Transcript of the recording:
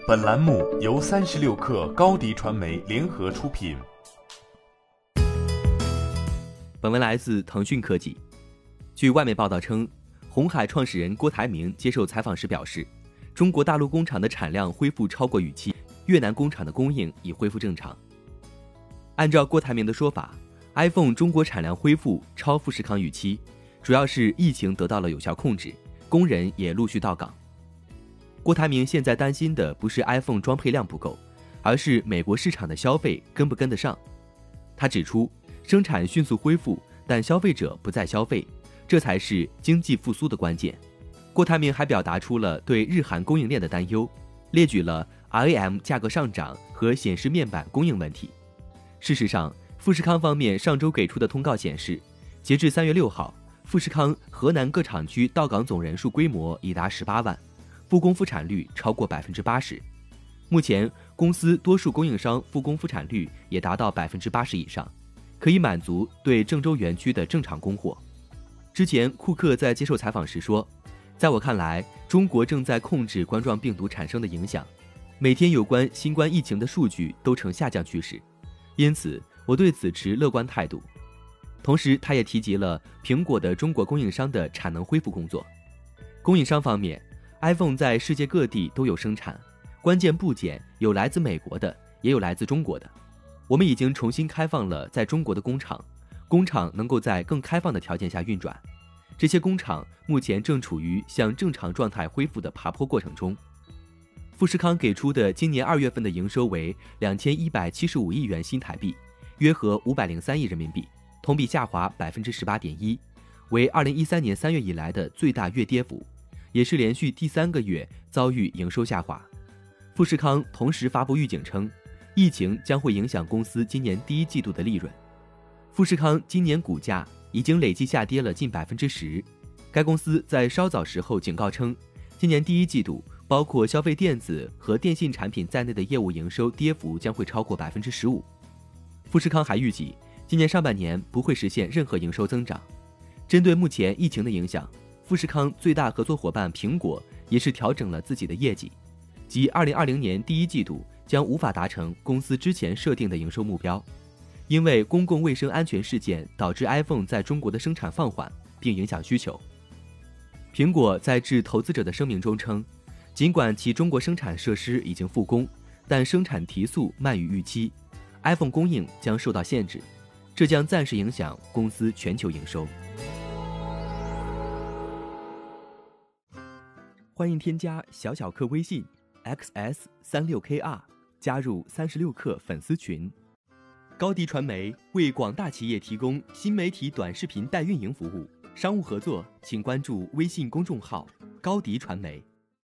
本栏目由36氪高迪传媒联合出品。 本文来自腾讯科技。据外媒报道称，鸿海创始人郭台铭接受采访时表示，中国大陆工厂的产量恢复超过预期，越南工厂的供应已恢复正常。按照郭台铭的说法， iPhone 中国产量恢复超富士康预期，主要是疫情得到了有效控制，工人也陆续到岗。郭台铭现在担心的不是 iPhone 装配量不够，而是美国市场的消费跟不跟得上。他指出，生产迅速恢复，但消费者不再消费，这才是经济复苏的关键。郭台铭还表达出了对日韩供应链的担忧，列举了 RAM 价格上涨和显示面板供应问题。事实上，富士康方面上周给出的通告显示，截至3月6号，富士康河南各厂区到岗总人数规模已达18万，复工复产率超过 80%。 目前公司多数供应商复工复产率也达到 80% 以上，可以满足对郑州园区的正常供货。之前库克在接受采访时说，在我看来，中国正在控制冠状病毒产生的影响，每天有关新冠疫情的数据都呈下降趋势，因此我对此持乐观态度。同时他也提及了苹果的中国供应商的产能恢复工作。供应商方面， iPhone 在世界各地都有生产，关键部件有来自美国的，也有来自中国的。我们已经重新开放了在中国的工厂，工厂能够在更开放的条件下运转。这些工厂目前正处于向正常状态恢复的爬坡过程中。富士康给出的今年2月份的营收为2175亿元新台币，约合503亿人民币，同比下滑 18.1%， 为2013年3月以来的最大月跌幅，也是连续第3个月遭遇营收下滑。富士康同时发布预警称，疫情将会影响公司今年第一季度的利润。富士康今年股价已经累计下跌了近 10%。 该公司在稍早时候警告称，今年第一季度包括消费电子和电信产品在内的业务营收跌幅将会超过 15%。 富士康还预计今年上半年不会实现任何营收增长。针对目前疫情的影响，富士康最大合作伙伴苹果也是调整了自己的业绩，即2020年第一季度将无法达成公司之前设定的营收目标，因为公共卫生安全事件导致 iPhone 在中国的生产放缓，并影响需求。苹果在致投资者的声明中称，尽管其中国生产设施已经复工，但生产提速慢于预期， iPhone 供应将受到限制，这将暂时影响公司全球营收。欢迎添加小小客微信 XS36KR， 加入36氪粉丝群。高迪传媒为广大企业提供新媒体短视频代运营服务，商务合作请关注微信公众号高迪传媒。